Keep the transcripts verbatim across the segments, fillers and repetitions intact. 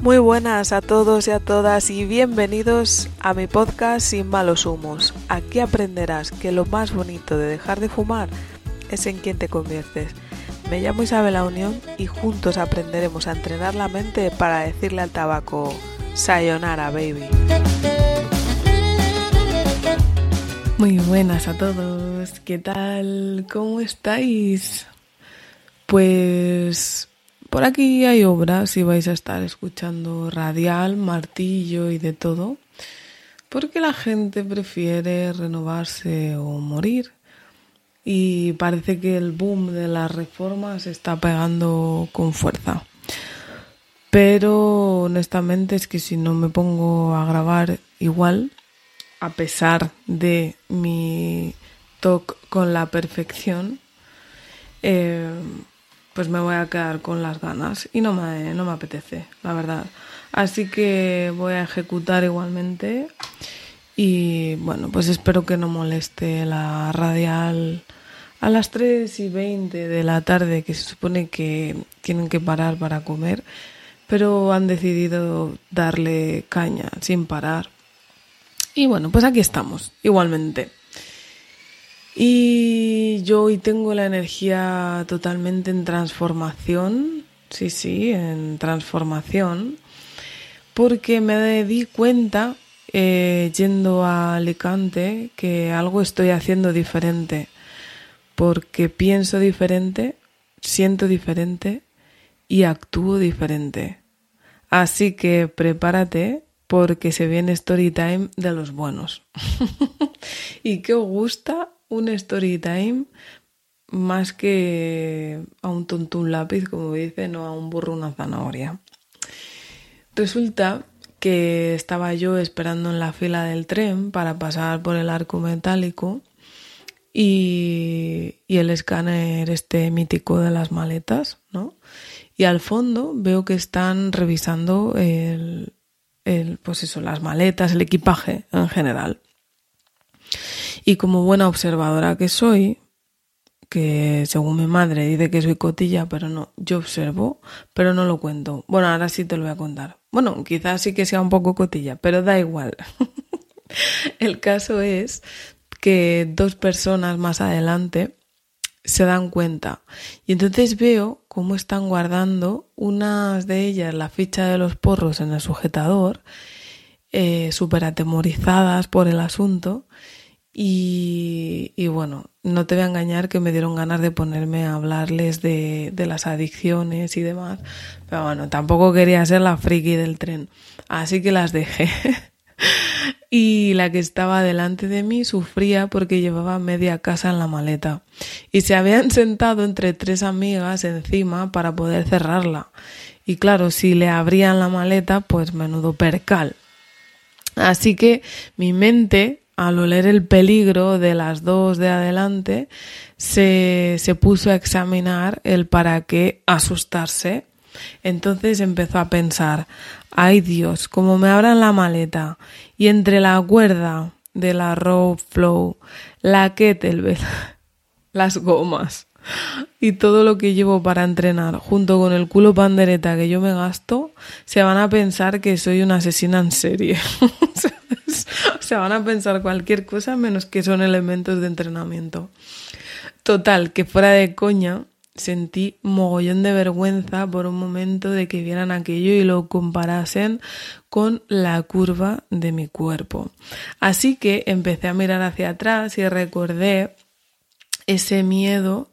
Muy buenas a todos y a todas y bienvenidos a mi podcast Sin Malos Humos. Aquí aprenderás que lo más bonito de dejar de fumar es en quién te conviertes. Me llamo Isabel La Unión y juntos aprenderemos a entrenar la mente para decirle al tabaco Sayonara, baby. Muy buenas a todos, ¿qué tal? ¿Cómo estáis? Pues por aquí hay obras y vais a estar escuchando radial, martillo y de todo, porque la gente prefiere renovarse o morir. Y parece que el boom de las reformas está pegando con fuerza. Pero honestamente es que si no me pongo a grabar igual, a pesar de mi toque con la perfección, eh, pues me voy a quedar con las ganas y no me, no me apetece, la verdad. Así que voy a ejecutar igualmente y bueno, pues espero que no moleste la radial a las tres y veinte de la tarde, que se supone que tienen que parar para comer, pero han decidido darle caña sin parar. Y bueno, pues aquí estamos, igualmente. Y yo hoy tengo la energía totalmente en transformación, sí, sí, en transformación, porque me di cuenta, eh, yendo a Alicante, que algo estoy haciendo diferente. Porque pienso diferente, siento diferente y actúo diferente. Así que prepárate porque se viene story time de los buenos. ¿Y qué os gusta un story time más que a un tonto un lápiz, como dicen, o a un burro una zanahoria? Resulta que estaba yo esperando en la fila del tren para pasar por el arco metálico Y, y el escáner este mítico de las maletas, ¿no? Y al fondo veo que están revisando el, el, pues eso, las maletas, el equipaje en general. Y como buena observadora que soy, que según mi madre dice que soy cotilla, pero no, yo observo, pero no lo cuento. Bueno, ahora sí te lo voy a contar. Bueno, quizás sí que sea un poco cotilla, pero da igual. El caso es que dos personas más adelante se dan cuenta y entonces veo cómo están guardando unas de ellas la ficha de los porros en el sujetador, eh, súper atemorizadas por el asunto y, y bueno, no te voy a engañar que me dieron ganas de ponerme a hablarles de, de las adicciones y demás, pero bueno, tampoco quería ser la friki del tren, así que las dejé. Y la que estaba delante de mí sufría porque llevaba media casa en la maleta y se habían sentado entre tres amigas encima para poder cerrarla. Y claro, si le abrían la maleta, pues menudo percal. Así que mi mente, al oler el peligro de las dos de adelante, se, se puso a examinar el para qué asustarse. Entonces empezó a pensar, ay Dios, como me abran la maleta y entre la cuerda de la Road Flow, la kettlebell, las gomas y todo lo que llevo para entrenar junto con el culo pandereta que yo me gasto, se van a pensar que soy una asesina en serie. Se van a pensar cualquier cosa menos que son elementos de entrenamiento. Total, que fuera de coña, sentí mogollón de vergüenza por un momento de que vieran aquello y lo comparasen con la curva de mi cuerpo. Así que empecé a mirar hacia atrás y recordé ese miedo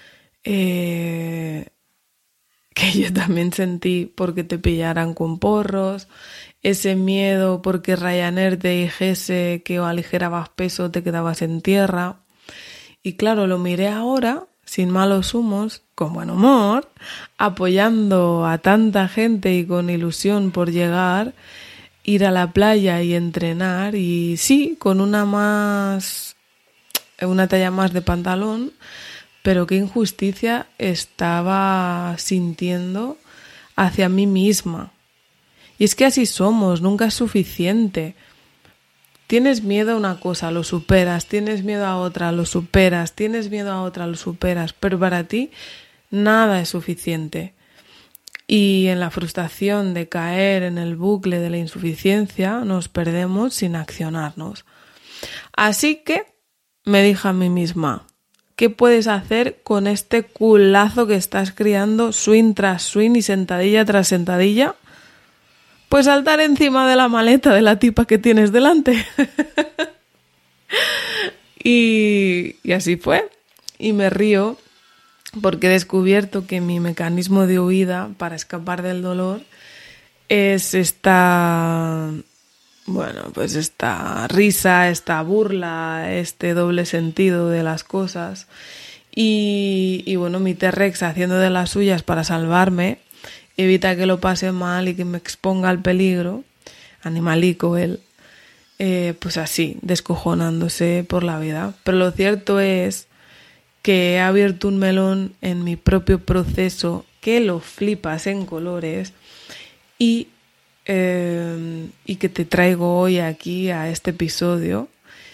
eh, que yo también sentí porque te pillaran con porros, ese miedo porque Ryanair te dijese que o aligerabas peso o te quedabas en tierra. Y claro, lo miré ahora sin malos humos, con buen humor, apoyando a tanta gente y con ilusión por llegar, ir a la playa y entrenar, y sí, con una más, una talla más de pantalón, pero qué injusticia estaba sintiendo hacia mí misma. Y es que así somos, nunca es suficiente. Tienes miedo a una cosa, lo superas, tienes miedo a otra, lo superas, tienes miedo a otra, lo superas, pero para ti nada es suficiente. Y en la frustración de caer en el bucle de la insuficiencia nos perdemos sin accionarnos. Así que me dije a mí misma, ¿qué puedes hacer con este culazo que estás criando swing tras swing y sentadilla tras sentadilla? Pues saltar encima de la maleta de la tipa que tienes delante. y, y así fue. Y me río porque he descubierto que mi mecanismo de huida para escapar del dolor es esta, bueno, pues esta risa, esta burla, este doble sentido de las cosas. Y, y bueno, mi T-Rex haciendo de las suyas para salvarme, evita que lo pase mal y que me exponga al peligro, animalico él, eh, pues así, descojonándose por la vida. Pero lo cierto es que he abierto un melón en mi propio proceso que lo flipas en colores y, eh, y que te traigo hoy aquí a este episodio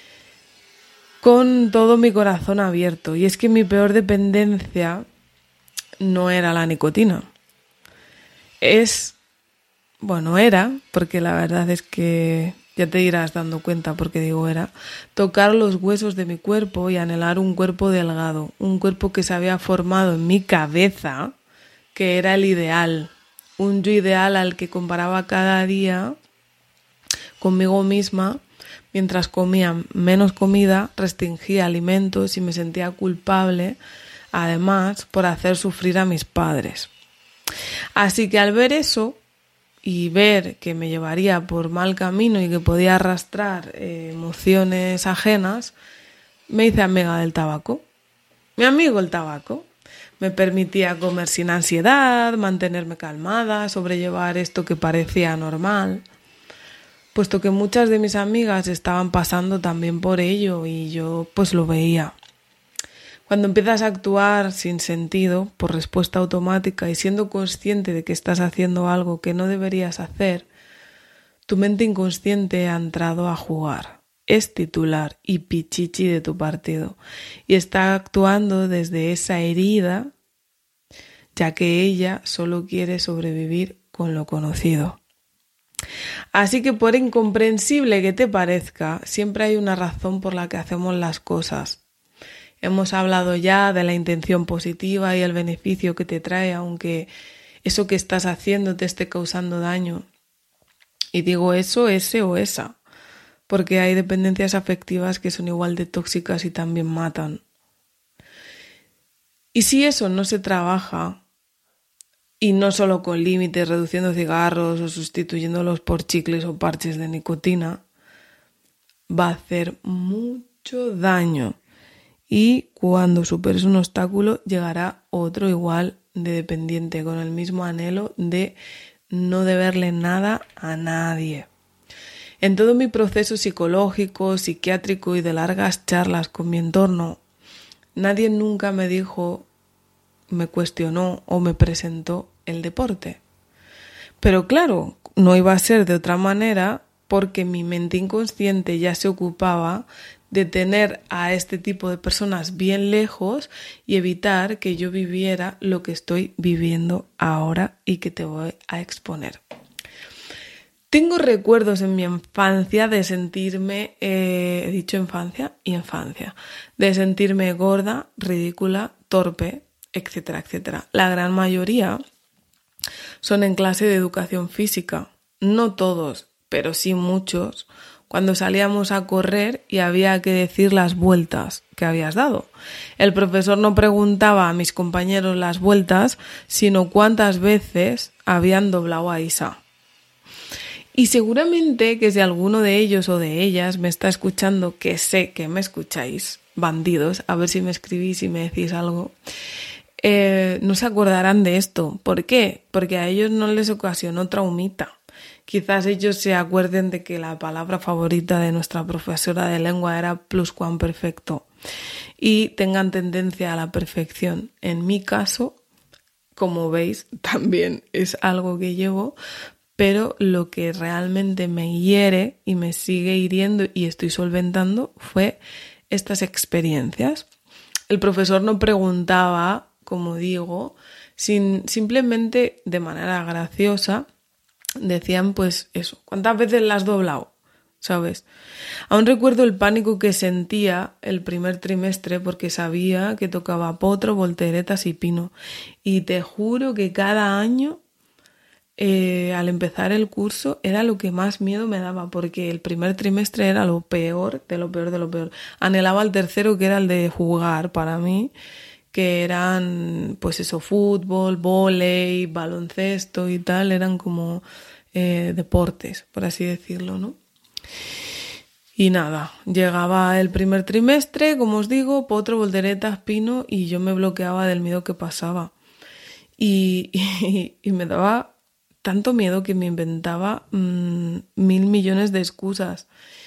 con todo mi corazón abierto. Y es que mi peor dependencia no era la nicotina. Es, bueno, era, porque la verdad es que ya te irás dando cuenta porque digo era, tocar los huesos de mi cuerpo y anhelar un cuerpo delgado, un cuerpo que se había formado en mi cabeza, que era el ideal, un yo ideal al que comparaba cada día conmigo misma, mientras comía menos comida, restringía alimentos y me sentía culpable, además, por hacer sufrir a mis padres. Así que al ver eso, y ver que me llevaría por mal camino y que podía arrastrar eh, emociones ajenas, me hice amiga del tabaco. Mi amigo el tabaco. Me permitía comer sin ansiedad, mantenerme calmada, sobrellevar esto que parecía normal, puesto que muchas de mis amigas estaban pasando también por ello y yo pues lo veía. Cuando empiezas a actuar sin sentido, por respuesta automática y siendo consciente de que estás haciendo algo que no deberías hacer, tu mente inconsciente ha entrado a jugar. Es titular y pichichi de tu partido y está actuando desde esa herida, ya que ella solo quiere sobrevivir con lo conocido. Así que por incomprensible que te parezca, siempre hay una razón por la que hacemos las cosas. Hemos hablado ya de la intención positiva y el beneficio que te trae, aunque eso que estás haciendo te esté causando daño. Y digo eso, ese o esa, porque hay dependencias afectivas que son igual de tóxicas y también matan. Y si eso no se trabaja, y no solo con límites, reduciendo cigarros o sustituyéndolos por chicles o parches de nicotina, va a hacer mucho daño. Y cuando superes un obstáculo llegará otro igual de dependiente, con el mismo anhelo de no deberle nada a nadie. En todo mi proceso psicológico, psiquiátrico y de largas charlas con mi entorno, nadie nunca me dijo, me cuestionó o me presentó el deporte. Pero claro, no iba a ser de otra manera porque mi mente inconsciente ya se ocupaba de tener a este tipo de personas bien lejos y evitar que yo viviera lo que estoy viviendo ahora y que te voy a exponer. Tengo recuerdos en mi infancia de sentirme, eh, he dicho infancia y infancia, de sentirme gorda, ridícula, torpe, etcétera, etcétera. La gran mayoría son en clase de educación física, no todos, pero sí muchos, cuando salíamos a correr y había que decir las vueltas que habías dado. El profesor no preguntaba a mis compañeros las vueltas, sino cuántas veces habían doblado a Isa. Y seguramente que si alguno de ellos o de ellas me está escuchando, que sé que me escucháis, bandidos, a ver si me escribís y me decís algo, eh, no se acordarán de esto. ¿Por qué? Porque a ellos no les ocasionó traumita. Quizás ellos se acuerden de que la palabra favorita de nuestra profesora de lengua era pluscuamperfecto y tengan tendencia a la perfección. En mi caso, como veis, también es algo que llevo, pero lo que realmente me hiere y me sigue hiriendo y estoy solventando fue estas experiencias. El profesor no preguntaba, como digo, sin, simplemente de manera graciosa decían pues eso, ¿cuántas veces la has doblado? ¿Sabes? Aún recuerdo el pánico que sentía el primer trimestre porque sabía que tocaba potro, volteretas y pino. Y te juro que cada año, eh, al empezar el curso, era lo que más miedo me daba porque el primer trimestre era lo peor, de lo peor, de lo peor. Anhelaba el tercero, que era el de jugar para mí, que eran pues eso, fútbol, vóley, baloncesto y tal, eran como eh, deportes, por así decirlo, ¿no? Y nada, llegaba el primer trimestre, como os digo, potro, volteretas, pino, y yo me bloqueaba del miedo que pasaba. Y, y, y me daba tanto miedo que me inventaba mmm, mil millones de excusas.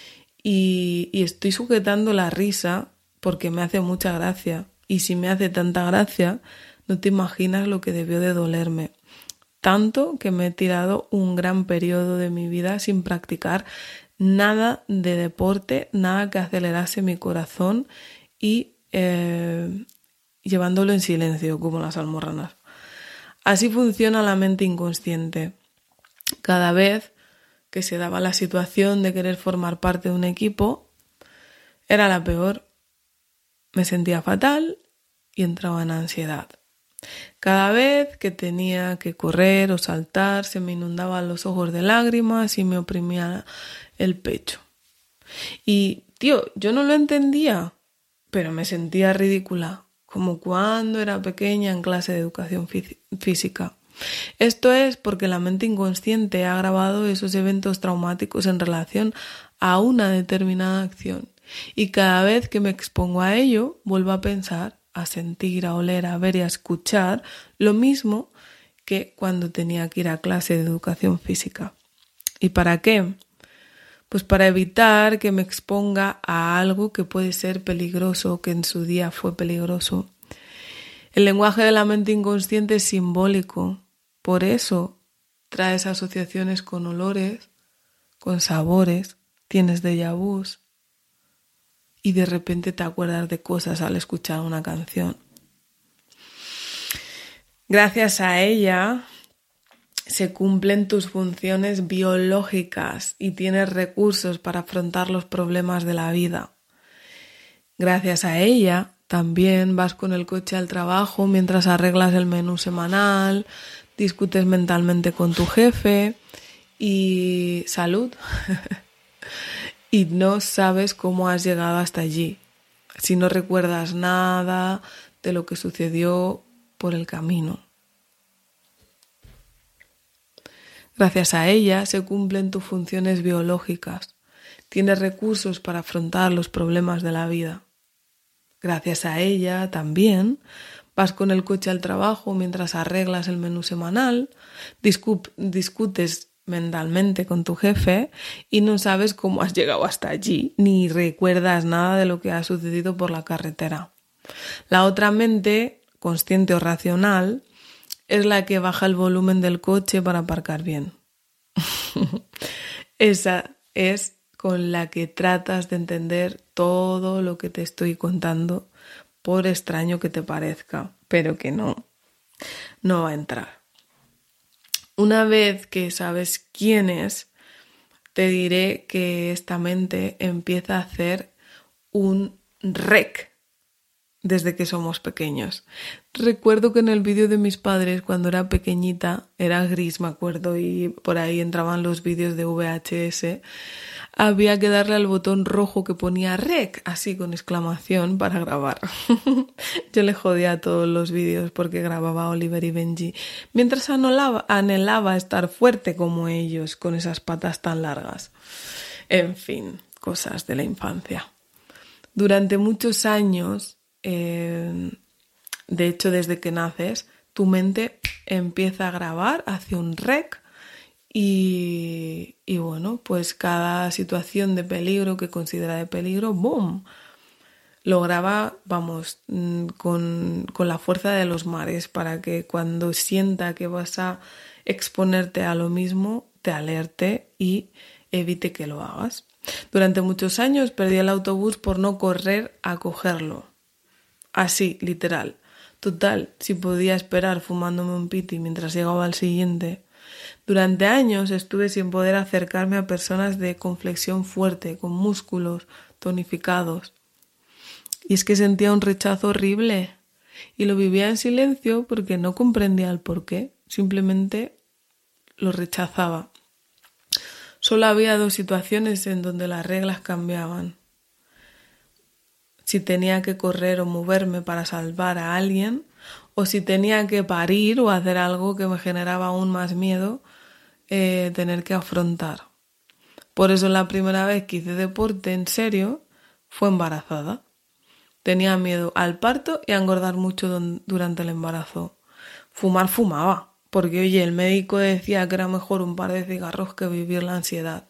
Y, y estoy sujetando la risa porque me hace mucha gracia. Y si me hace tanta gracia, no te imaginas lo que debió de dolerme. Tanto que me he tirado un gran periodo de mi vida sin practicar nada de deporte, nada que acelerase mi corazón y eh, llevándolo en silencio, como las almorranas. Así funciona la mente inconsciente. Cada vez que se daba la situación de querer formar parte de un equipo, era la peor. Me sentía fatal y entraba en ansiedad. Cada vez que tenía que correr o saltar, se me inundaban los ojos de lágrimas y me oprimía el pecho. Y, tío, yo no lo entendía, pero me sentía ridícula, como cuando era pequeña en clase de educación fí- física. Esto es porque la mente inconsciente ha grabado esos eventos traumáticos en relación a una determinada acción. Y cada vez que me expongo a ello, vuelvo a pensar, a sentir, a oler, a ver y a escuchar lo mismo que cuando tenía que ir a clase de educación física. ¿Y para qué? Pues para evitar que me exponga a algo que puede ser peligroso, que en su día fue peligroso. El lenguaje de la mente inconsciente es simbólico, por eso traes asociaciones con olores, con sabores, tienes déjà vus y de repente te acuerdas de cosas al escuchar una canción. Gracias a ella se cumplen tus funciones biológicas y tienes recursos para afrontar los problemas de la vida. Gracias a ella también vas con el coche al trabajo mientras arreglas el menú semanal, discutes mentalmente con tu jefe y salud. Y no sabes cómo has llegado hasta allí, si no recuerdas nada de lo que sucedió por el camino. Gracias a ella se cumplen tus funciones biológicas. Tienes recursos para afrontar los problemas de la vida. Gracias a ella también vas con el coche al trabajo mientras arreglas el menú semanal, discu- discutes mentalmente con tu jefe y no sabes cómo has llegado hasta allí, ni recuerdas nada de lo que ha sucedido por la carretera. La otra mente, consciente o racional, es la que baja el volumen del coche para aparcar bien. Esa es con la que tratas de entender todo lo que te estoy contando, por extraño que te parezca, pero que no, no va a entrar. Una vez que sabes quién es, te diré que esta mente empieza a hacer un rec desde que somos pequeños. Recuerdo que en el vídeo de mis padres, cuando era pequeñita, era gris, me acuerdo, y por ahí entraban los vídeos de V H S, había que darle al botón rojo que ponía rec, así con exclamación, para grabar. Yo le jodía a todos los vídeos porque grababa Oliver y Benji, mientras anhelaba, anhelaba estar fuerte como ellos, con esas patas tan largas. En fin, cosas de la infancia. Durante muchos años, eh, de hecho desde que naces, tu mente empieza a grabar, hace un rec y, y bueno, pues cada situación de peligro que considera de peligro, ¡boom!, lo graba, vamos, con, con la fuerza de los mares para que cuando sienta que vas a exponerte a lo mismo, te alerte y evite que lo hagas. Durante muchos años perdí el autobús por no correr a cogerlo. Así, literal. Total, si podía esperar fumándome un piti mientras llegaba al siguiente. Durante años estuve sin poder acercarme a personas de complexión fuerte, con músculos tonificados. Y es que sentía un rechazo horrible. Y lo vivía en silencio porque no comprendía el porqué. Simplemente lo rechazaba. Solo había dos situaciones en donde las reglas cambiaban. Si tenía que correr o moverme para salvar a alguien, o si tenía que parir o hacer algo que me generaba aún más miedo eh, tener que afrontar. Por eso la primera vez que hice deporte en serio fue embarazada. Tenía miedo al parto y a engordar mucho don- durante el embarazo. Fumar fumaba, porque oye, el médico decía que era mejor un par de cigarros que vivir la ansiedad.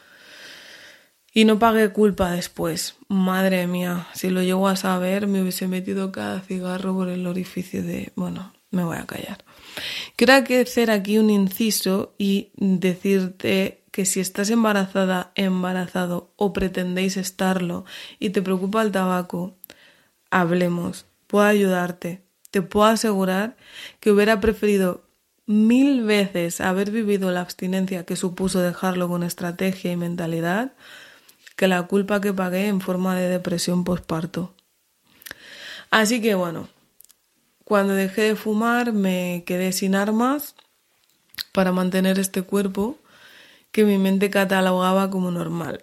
Y no pagué culpa después. Madre mía, si lo llego a saber me hubiese metido cada cigarro por el orificio de... Bueno, me voy a callar. Quiero hacer aquí un inciso y decirte que si estás embarazada, embarazado o pretendéis estarlo y te preocupa el tabaco, hablemos, puedo ayudarte. Te puedo asegurar que hubiera preferido mil veces haber vivido la abstinencia que supuso dejarlo con estrategia y mentalidad que la culpa que pagué en forma de depresión posparto. Así que bueno, cuando dejé de fumar me quedé sin armas para mantener este cuerpo que mi mente catalogaba como normal.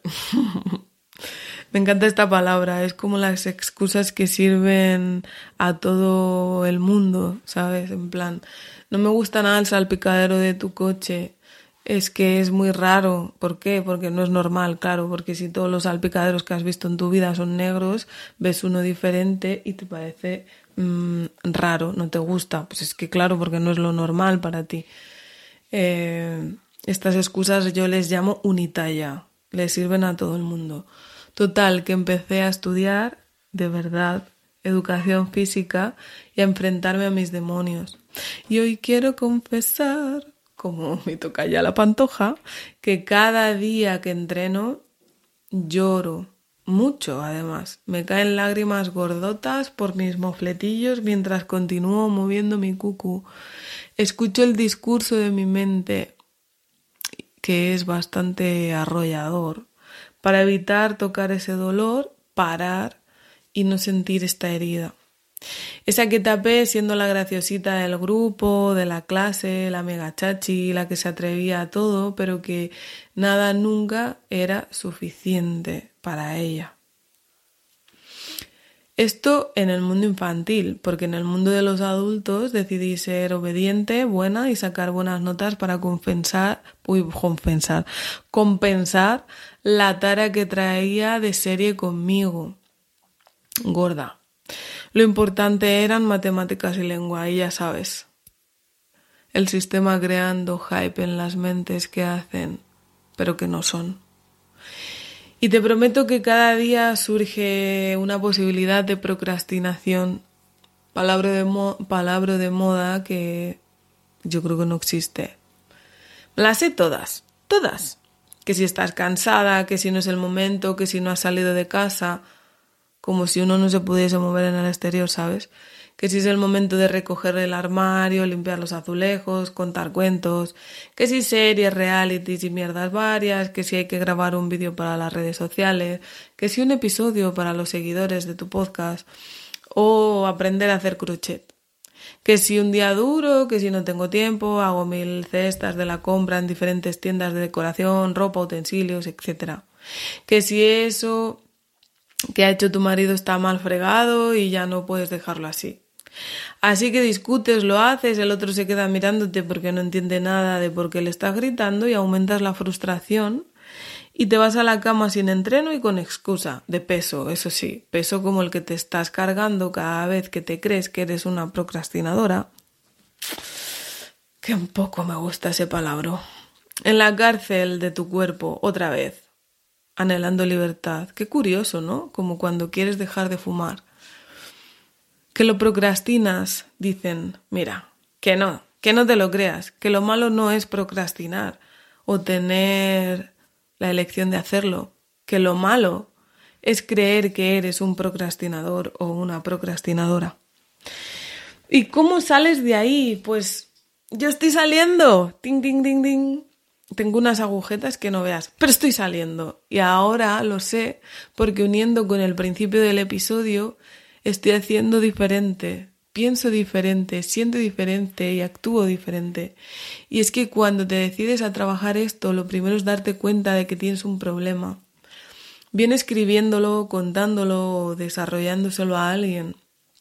Me encanta esta palabra, es como las excusas que sirven a todo el mundo, ¿sabes? En plan, no me gusta nada el salpicadero de tu coche, es que es muy raro. ¿Por qué? Porque no es normal, claro, porque si todos los salpicaderos que has visto en tu vida son negros, ves uno diferente y te parece mmm, raro, no te gusta. Pues es que claro, porque no es lo normal para ti. Eh, estas excusas yo les llamo unitalla, les sirven a todo el mundo. Total, que empecé a estudiar, de verdad, educación física y a enfrentarme a mis demonios. Y hoy quiero confesar, como me toca ya la pantoja, que cada día que entreno lloro mucho, además. Me caen lágrimas gordotas por mis mofletillos mientras continúo moviendo mi cucú. Escucho el discurso de mi mente, que es bastante arrollador. Para evitar tocar ese dolor, parar y no sentir esta herida. Esa que tapé siendo la graciosita del grupo, de la clase, la mega chachi, la que se atrevía a todo, pero que nada nunca era suficiente para ella. Esto en el mundo infantil, porque en el mundo de los adultos decidí ser obediente, buena y sacar buenas notas para compensar, uy, compensar, compensar la tara que traía de serie conmigo. Gorda. Lo importante eran matemáticas y lengua, y ya sabes. El sistema creando hype en las mentes que hacen, pero que no son. Y te prometo que cada día surge una posibilidad de procrastinación, palabra de, mo- palabra de moda que yo creo que no existe. Las sé todas, todas. Que si estás cansada, que si no es el momento, que si no has salido de casa, como si uno no se pudiese mover en el exterior, ¿sabes? Que si es el momento de recoger el armario, limpiar los azulejos, contar cuentos, que si series, realities y mierdas varias, que si hay que grabar un vídeo para las redes sociales, que si un episodio para los seguidores de tu podcast o aprender a hacer crochet. Que si un día duro, que si no tengo tiempo, hago mil cestas de la compra en diferentes tiendas de decoración, ropa, utensilios, etcétera. Que si eso que ha hecho tu marido está mal fregado y ya no puedes dejarlo así. Así que discutes, lo haces, el otro se queda mirándote porque no entiende nada de por qué le estás gritando y aumentas la frustración y te vas a la cama sin entreno y con excusa de peso, eso sí, peso como el que te estás cargando cada vez que te crees que eres una procrastinadora. Que un poco me gusta ese palabra. En la cárcel de tu cuerpo, otra vez, anhelando libertad. Qué curioso, ¿no? Como cuando quieres dejar de fumar. Que lo procrastinas, dicen, mira, que no, que no te lo creas, que lo malo no es procrastinar o tener la elección de hacerlo, que lo malo es creer que eres un procrastinador o una procrastinadora. ¿Y cómo sales de ahí? Pues yo estoy saliendo. Ting, ting, ting, ting. Tengo unas agujetas que no veas, pero estoy saliendo. Y ahora lo sé porque uniendo con el principio del episodio, estoy haciendo diferente. Pienso diferente, siento diferente y actúo diferente. Y es que cuando te decides a trabajar esto, lo primero es darte cuenta de que tienes un problema. Bien escribiéndolo, contándolo o desarrollándoselo a alguien.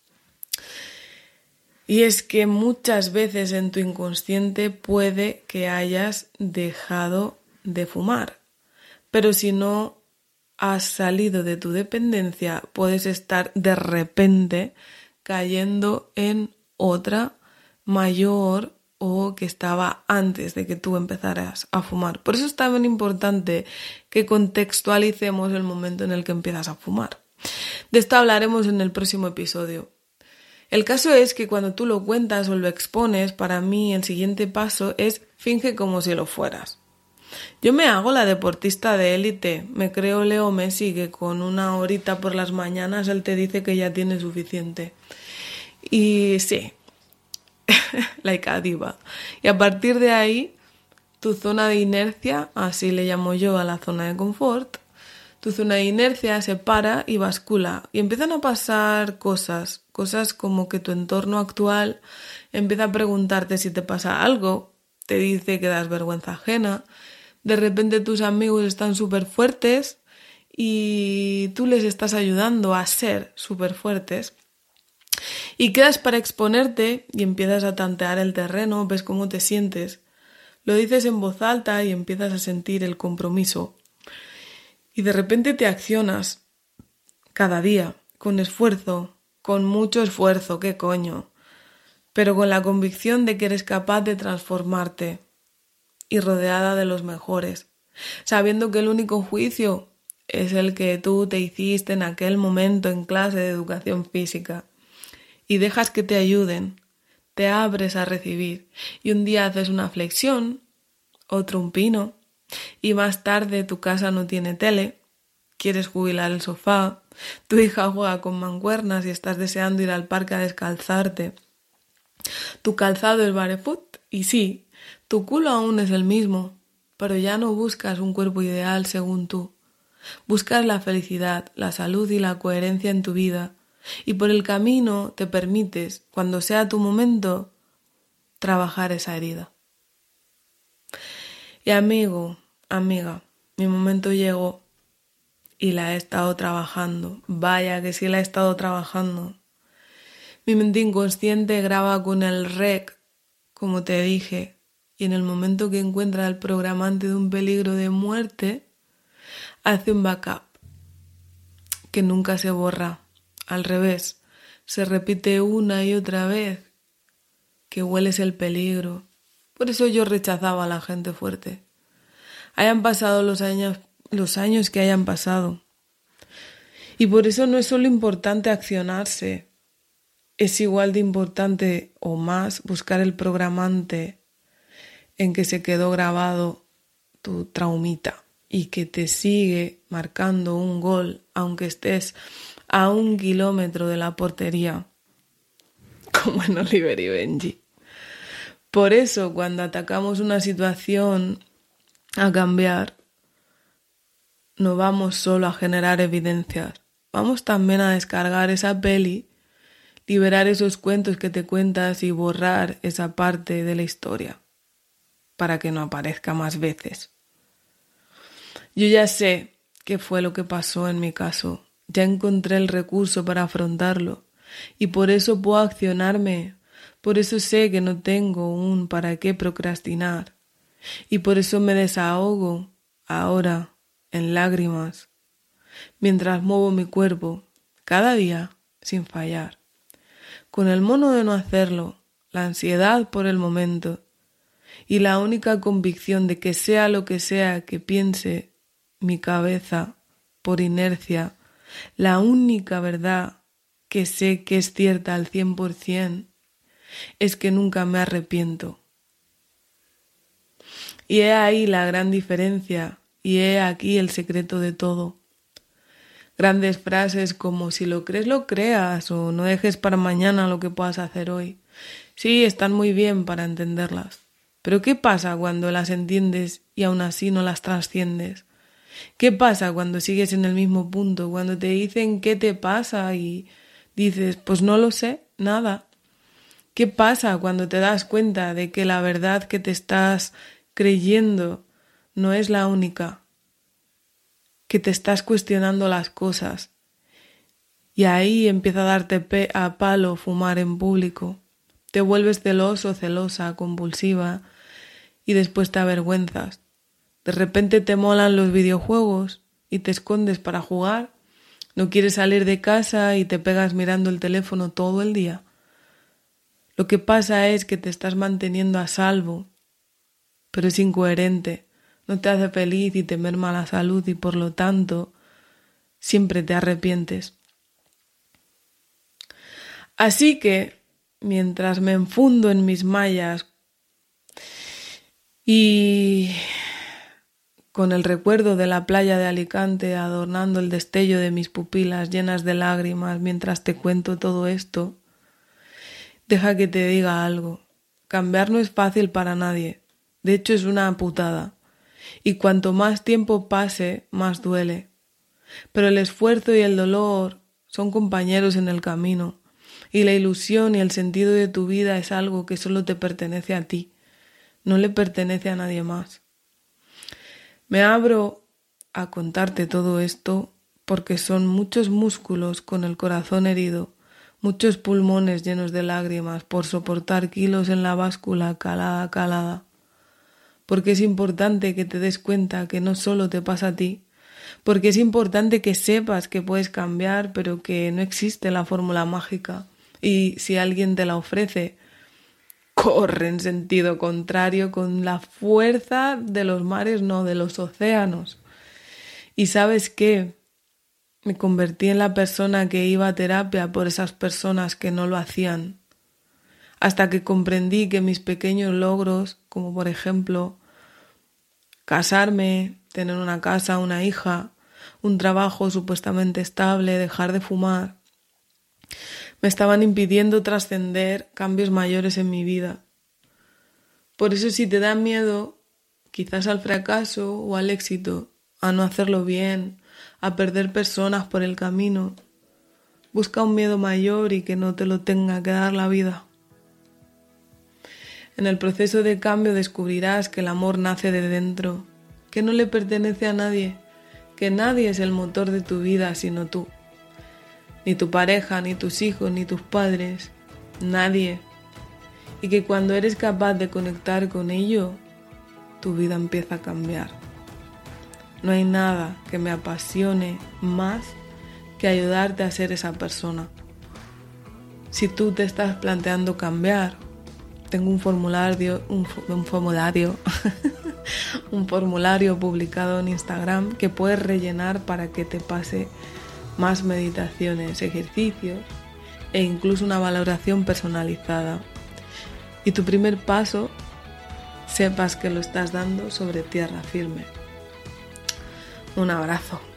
Y es que muchas veces en tu inconsciente puede que hayas dejado de fumar. Pero si no has salido de tu dependencia, puedes estar de repente cayendo en otra mayor o que estaba antes de que tú empezaras a fumar. Por eso es tan importante que contextualicemos el momento en el que empiezas a fumar. De esto hablaremos en el próximo episodio. El caso es que cuando tú lo cuentas o lo expones, para mí el siguiente paso es finge como si lo fueras. Yo me hago la deportista de élite, me creo Leo Messi, que con una horita por las mañanas él te dice que ya tiene suficiente. Y sí, like a diva. Y a partir de ahí, tu zona de inercia, así le llamo yo a la zona de confort, tu zona de inercia se para y bascula. Y empiezan a pasar cosas, cosas como que tu entorno actual empieza a preguntarte si te pasa algo, te dice que das vergüenza ajena. De repente tus amigos están súper fuertes y tú les estás ayudando a ser súper fuertes. Y quedas para exponerte y empiezas a tantear el terreno, ves cómo te sientes. Lo dices en voz alta y empiezas a sentir el compromiso. Y de repente te accionas cada día, con esfuerzo, con mucho esfuerzo, qué coño. Pero con la convicción de que eres capaz de transformarte. Y rodeada de los mejores, sabiendo que el único juicio es el que tú te hiciste en aquel momento en clase de educación física y dejas que te ayuden, te abres a recibir y un día haces una flexión, otro un pino y más tarde tu casa no tiene tele, quieres jubilar el sofá, tu hija juega con mancuernas y estás deseando ir al parque a descalzarte, tu calzado es barefoot y sí, tu culo aún es el mismo, pero ya no buscas un cuerpo ideal según tú. Buscas la felicidad, la salud y la coherencia en tu vida. Y por el camino te permites, cuando sea tu momento, trabajar esa herida. Y amigo, amiga, mi momento llegó y la he estado trabajando. Vaya que sí la he estado trabajando. Mi mente inconsciente graba con el rec, como te dije, y en el momento que encuentra el programante de un peligro de muerte, hace un backup que nunca se borra. Al revés, se repite una y otra vez que hueles el peligro. Por eso yo rechazaba a la gente fuerte. Hayan pasado los años, los años que hayan pasado. Y por eso no es solo importante accionarse, es igual de importante o más buscar el programante en que se quedó grabado tu traumita y que te sigue marcando un gol aunque estés a un kilómetro de la portería, como en Oliver y Benji. Por eso, cuando atacamos una situación a cambiar, no vamos solo a generar evidencias, vamos también a descargar esa peli, liberar esos cuentos que te cuentas y borrar esa parte de la historia para que no aparezca más veces. Yo ya sé qué fue lo que pasó en mi caso, ya encontré el recurso para afrontarlo y por eso puedo accionarme, por eso sé que no tengo un para qué procrastinar y por eso me desahogo ahora en lágrimas mientras muevo mi cuerpo cada día sin fallar, con el mono de no hacerlo, la ansiedad por el momento y la única convicción de que sea lo que sea que piense mi cabeza por inercia, la única verdad que sé que es cierta al cien por ciento es que nunca me arrepiento. Y he ahí la gran diferencia y he aquí el secreto de todo. Grandes frases como si lo crees, lo creas o no dejes para mañana lo que puedas hacer hoy. Sí, están muy bien para entenderlas. Pero ¿qué pasa cuando las entiendes y aún así no las trasciendes? ¿Qué pasa cuando sigues en el mismo punto? Cuando te dicen qué te pasa y dices, pues no lo sé, nada. ¿Qué pasa cuando te das cuenta de que la verdad que te estás creyendo no es la única? Que te estás cuestionando las cosas. Y ahí empieza a darte pe- a palo fumar en público. Te vuelves celoso, celosa, convulsiva y después te avergüenzas. De repente te molan los videojuegos y te escondes para jugar. No quieres salir de casa y te pegas mirando el teléfono todo el día. Lo que pasa es que te estás manteniendo a salvo, pero es incoherente. No te hace feliz y te merma la salud y por lo tanto siempre te arrepientes. Así que, mientras me enfundo en mis mallas y con el recuerdo de la playa de Alicante adornando el destello de mis pupilas llenas de lágrimas mientras te cuento todo esto, deja que te diga algo. Cambiar no es fácil para nadie. De hecho, es una putada. Y cuanto más tiempo pase, más duele. Pero el esfuerzo y el dolor son compañeros en el camino. Y la ilusión y el sentido de tu vida es algo que solo te pertenece a ti. No le pertenece a nadie más. Me abro a contarte todo esto porque son muchos músculos con el corazón herido, muchos pulmones llenos de lágrimas por soportar kilos en la báscula calada a calada. Porque es importante que te des cuenta que no solo te pasa a ti, porque es importante que sepas que puedes cambiar, pero que no existe la fórmula mágica. Y si alguien te la ofrece, corre en sentido contrario con la fuerza de los mares, no de los océanos. ¿Y sabes qué? Me convertí en la persona que iba a terapia por esas personas que no lo hacían. Hasta que comprendí que mis pequeños logros, como por ejemplo casarme, tener una casa, una hija, un trabajo supuestamente estable, dejar de fumar, me estaban impidiendo trascender cambios mayores en mi vida. Por eso si te da miedo, quizás al fracaso o al éxito, a no hacerlo bien, a perder personas por el camino, busca un miedo mayor y que no te lo tenga que dar la vida. En el proceso de cambio descubrirás que el amor nace de dentro, que no le pertenece a nadie, que nadie es el motor de tu vida sino tú. Ni tu pareja, ni tus hijos, ni tus padres, nadie. Y que cuando eres capaz de conectar con ello, tu vida empieza a cambiar. No hay nada que me apasione más que ayudarte a ser esa persona. Si tú te estás planteando cambiar, tengo un formulario, un, un formulario, un formulario publicado en Instagram que puedes rellenar para que te pase más meditaciones, ejercicios e incluso una valoración personalizada. Y tu primer paso, sepas que lo estás dando sobre tierra firme. Un abrazo.